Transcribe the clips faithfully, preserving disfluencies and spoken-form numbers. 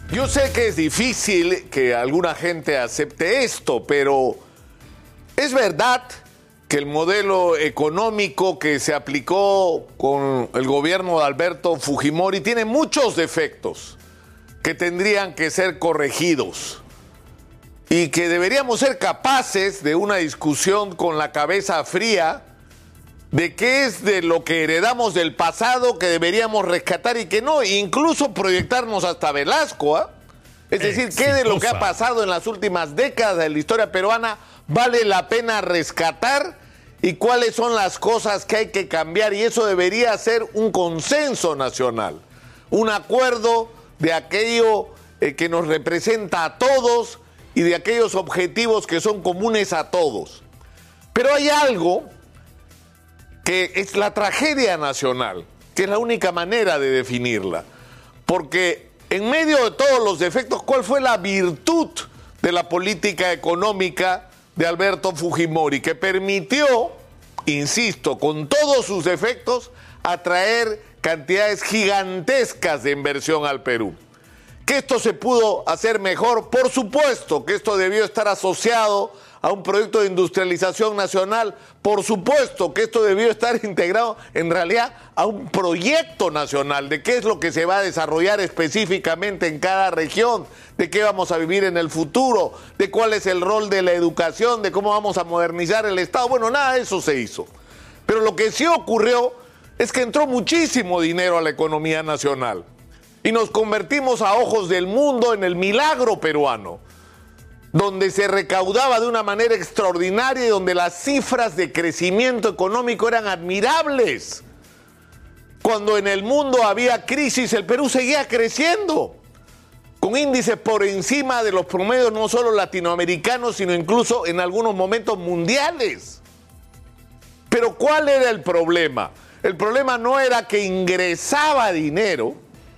Yo sé que es difícil que alguna gente acepte esto, pero es verdad que el modelo económico que se aplicó con el gobierno de Alberto Fujimori tiene muchos defectos que tendrían que ser corregidos y que deberíamos ser capaces de una discusión con la cabeza fría de qué es de lo que heredamos del pasado que deberíamos rescatar y que no, incluso proyectarnos hasta Velasco, ¿eh? Es decir, qué de lo que ha pasado en las últimas décadas de la historia peruana vale la pena rescatar y cuáles son las cosas que hay que cambiar, y eso debería ser un consenso nacional, un acuerdo de aquello eh, que nos representa a todos y de aquellos objetivos que son comunes a todos. Pero hay algo que es la tragedia nacional, que es la única manera de definirla, porque en medio de todos los defectos, ¿cuál fue la virtud de la política económica de Alberto Fujimori? Que permitió, insisto, con todos sus defectos, atraer cantidades gigantescas de inversión al Perú. ¿Que esto se pudo hacer mejor? Por supuesto que esto debió estar asociado a un proyecto de industrialización nacional. Por supuesto que esto debió estar integrado en realidad a un proyecto nacional de qué es lo que se va a desarrollar específicamente en cada región, de qué vamos a vivir en el futuro, de cuál es el rol de la educación, de cómo vamos a modernizar el Estado. Bueno, nada de eso se hizo. Pero lo que sí ocurrió es que entró muchísimo dinero a la economía nacional y nos convertimos a ojos del mundo en el milagro peruano, donde se recaudaba de una manera extraordinaria y donde las cifras de crecimiento económico eran admirables. Cuando en el mundo había crisis, el Perú seguía creciendo, con índices por encima de los promedios no solo latinoamericanos, sino incluso en algunos momentos mundiales. Pero ¿cuál era el problema? El problema no era que ingresaba dinero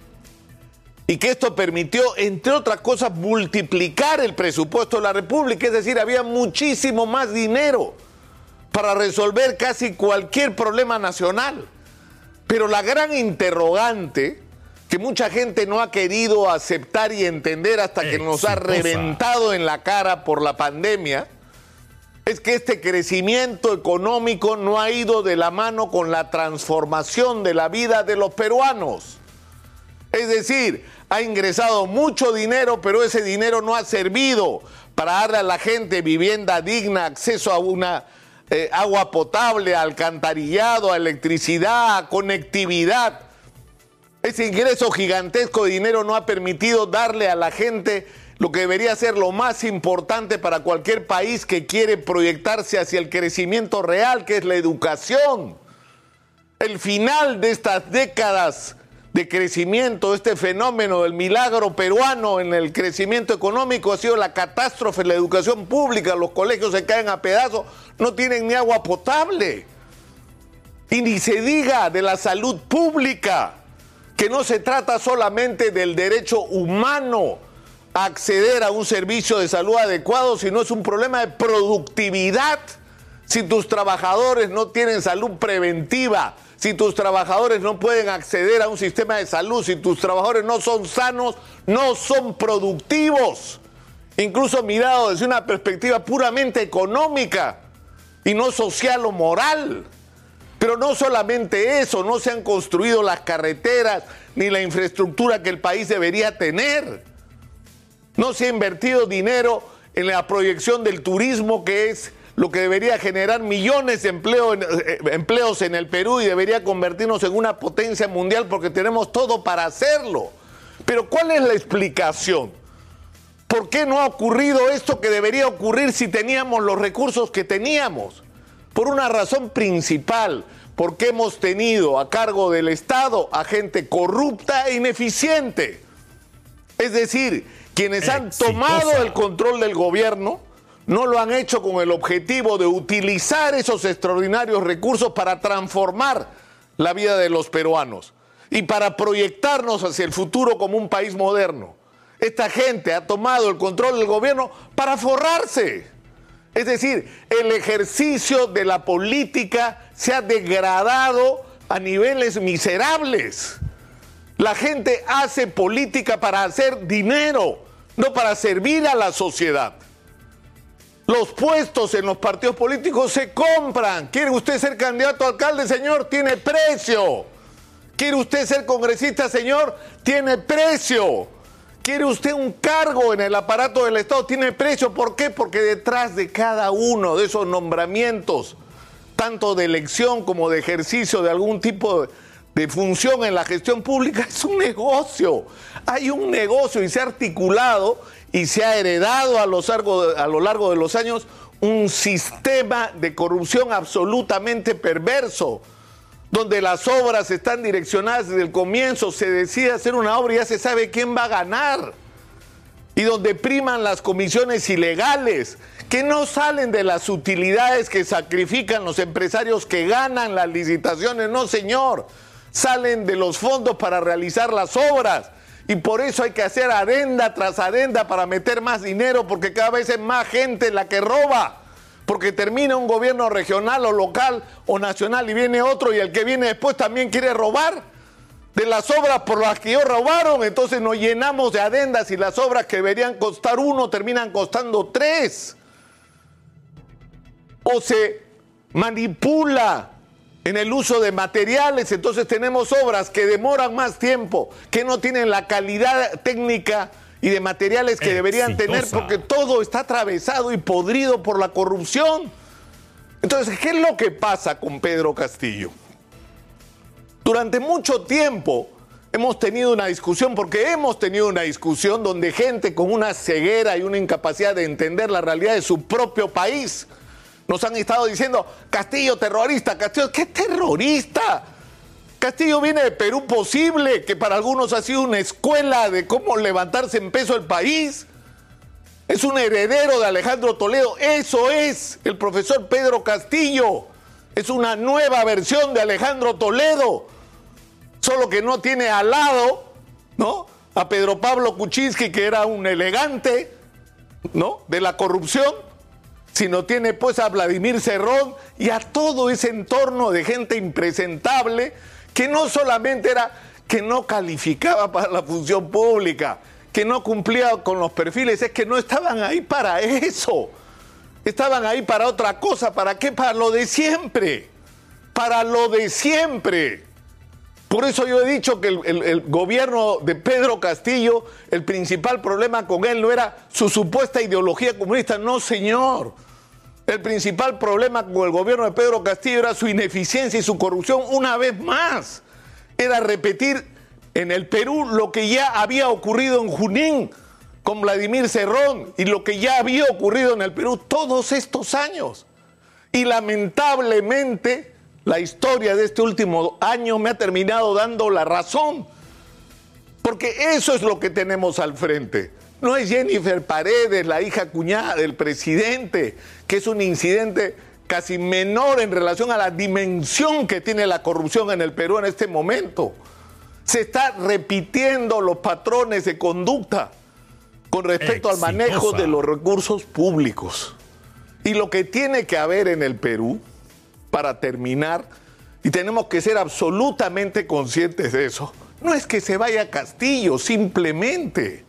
y que esto permitió, entre otras cosas, multiplicar el presupuesto de la República. Es decir, había muchísimo más dinero para resolver casi cualquier problema nacional. Pero la gran interrogante, que mucha gente no ha querido aceptar y entender hasta que nos ha reventado en la cara por la pandemia, es que este crecimiento económico no ha ido de la mano con la transformación de la vida de los peruanos. Es decir, ha ingresado mucho dinero, pero ese dinero no ha servido para darle a la gente vivienda digna, acceso a una eh, agua potable, a alcantarillado, a electricidad, a conectividad. Ese ingreso gigantesco de dinero no ha permitido darle a la gente lo que debería ser lo más importante para cualquier país que quiere proyectarse hacia el crecimiento real, que es la educación. El final de estas décadas de crecimiento, este fenómeno del milagro peruano en el crecimiento económico, ha sido la catástrofe en la educación pública. Los colegios se caen a pedazos, no tienen ni agua potable. Y ni se diga de la salud pública, que no se trata solamente del derecho humano a acceder a un servicio de salud adecuado, sino es un problema de productividad. Si tus trabajadores no tienen salud preventiva, si tus trabajadores no pueden acceder a un sistema de salud, si tus trabajadores no son sanos, no son productivos. Incluso mirado desde una perspectiva puramente económica y no social o moral. Pero no solamente eso, no se han construido las carreteras ni la infraestructura que el país debería tener. No se ha invertido dinero en la proyección del turismo, que es lo que debería generar millones de empleo, empleos en el Perú y debería convertirnos en una potencia mundial porque tenemos todo para hacerlo. Pero ¿cuál es la explicación? ¿Por qué no ha ocurrido esto que debería ocurrir si teníamos los recursos que teníamos? Por una razón principal, porque hemos tenido a cargo del Estado a gente corrupta e ineficiente. Es decir, quienes han Exitosa. tomado el control del gobierno no lo han hecho con el objetivo de utilizar esos extraordinarios recursos para transformar la vida de los peruanos y para proyectarnos hacia el futuro como un país moderno. Esta gente ha tomado el control del gobierno para forrarse. Es decir, el ejercicio de la política se ha degradado a niveles miserables. La gente hace política para hacer dinero, no para servir a la sociedad. Los puestos en los partidos políticos se compran. ¿Quiere usted ser candidato a alcalde, señor? Tiene precio. ¿Quiere usted ser congresista, señor? Tiene precio. ¿Quiere usted un cargo en el aparato del Estado? Tiene precio. ¿Por qué? Porque detrás de cada uno de esos nombramientos, tanto de elección como de ejercicio de algún tipo de, de función en la gestión pública, es un negocio. Hay un negocio y se ha articulado y se ha heredado a lo largo de, a lo largo de los años un sistema de corrupción absolutamente perverso, donde las obras están direccionadas desde el comienzo, se decide hacer una obra y ya se sabe quién va a ganar, y donde priman las comisiones ilegales, que no salen de las utilidades que sacrifican los empresarios que ganan las licitaciones, no señor, salen de los fondos para realizar las obras, y por eso hay que hacer adenda tras adenda para meter más dinero, porque cada vez es más gente la que roba. Porque termina un gobierno regional o local o nacional y viene otro y el que viene después también quiere robar de las obras por las que ellos robaron. Entonces nos llenamos de adendas y las obras que deberían costar uno terminan costando tres. O se manipula en el uso de materiales, entonces tenemos obras que demoran más tiempo, que no tienen la calidad técnica y de materiales que deberían tener, porque todo está atravesado y podrido por la corrupción. Entonces, ¿qué es lo que pasa con Pedro Castillo? Durante mucho tiempo hemos tenido una discusión, porque hemos tenido una discusión donde gente con una ceguera y una incapacidad de entender la realidad de su propio país nos han estado diciendo, Castillo terrorista, Castillo, ¿qué terrorista? Castillo viene de Perú Posible, que para algunos ha sido una escuela de cómo levantarse en peso el país. Es un heredero de Alejandro Toledo. Eso es el profesor Pedro Castillo. Es una nueva versión de Alejandro Toledo. Solo que no tiene al lado, ¿no?, a Pedro Pablo Kuczynski, que era un elegante, ¿no?, de la corrupción, sino tiene pues a Vladimir Cerrón y a todo ese entorno de gente impresentable, que no solamente era que no calificaba para la función pública, que no cumplía con los perfiles, es que no estaban ahí para eso. Estaban ahí para otra cosa. ¿Para qué? Para lo de siempre. Para lo de siempre. Por eso yo he dicho que el, el, el gobierno de Pedro Castillo, el principal problema con él no era su supuesta ideología comunista. No, señor. El principal problema con el gobierno de Pedro Castillo era su ineficiencia y su corrupción una vez más. Era repetir en el Perú lo que ya había ocurrido en Junín con Vladimir Cerrón y lo que ya había ocurrido en el Perú todos estos años. Y lamentablemente la historia de este último año me ha terminado dando la razón. Porque eso es lo que tenemos al frente. No es Jennifer Paredes, la hija cuñada del presidente, que es un incidente casi menor en relación a la dimensión que tiene la corrupción en el Perú en este momento. Se está repitiendo los patrones de conducta con respecto Exitosa. al manejo de los recursos públicos. Y lo que tiene que haber en el Perú, para terminar, y tenemos que ser absolutamente conscientes de eso, no es que se vaya Castillo, simplemente.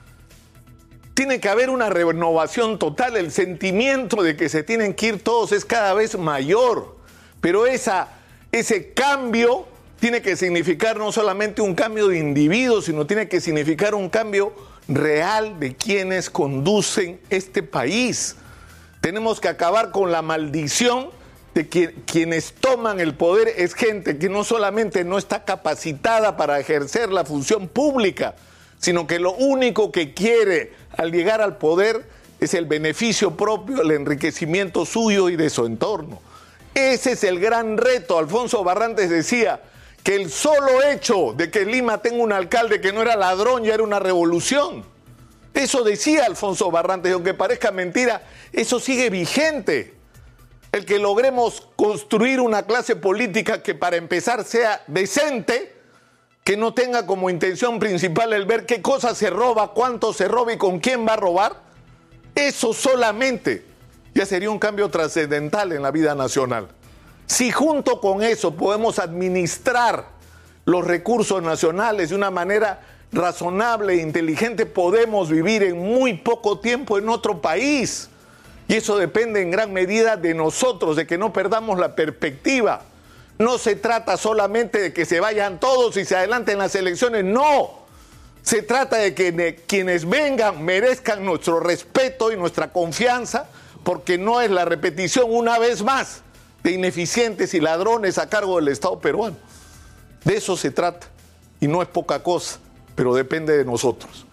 Tiene que haber una renovación total. El sentimiento de que se tienen que ir todos es cada vez mayor. Pero esa, ese cambio tiene que significar no solamente un cambio de individuos, sino tiene que significar un cambio real de quienes conducen este país. Tenemos que acabar con la maldición de que quienes toman el poder es gente que no solamente no está capacitada para ejercer la función pública, sino que lo único que quiere al llegar al poder es el beneficio propio, el enriquecimiento suyo y de su entorno. Ese es el gran reto. Alfonso Barrantes decía que el solo hecho de que Lima tenga un alcalde que no era ladrón ya era una revolución. Eso decía Alfonso Barrantes, y aunque parezca mentira, eso sigue vigente. El que logremos construir una clase política que para empezar sea decente, que no tenga como intención principal el ver qué cosa se roba, cuánto se roba y con quién va a robar, eso solamente ya sería un cambio trascendental en la vida nacional. Si junto con eso podemos administrar los recursos nacionales de una manera razonable e inteligente, podemos vivir en muy poco tiempo en otro país. Y eso depende en gran medida de nosotros, de que no perdamos la perspectiva. No se trata solamente de que se vayan todos y se adelanten las elecciones, no. Se trata de que de quienes vengan merezcan nuestro respeto y nuestra confianza, porque no es la repetición una vez más de ineficientes y ladrones a cargo del Estado peruano. De eso se trata, y no es poca cosa, pero depende de nosotros.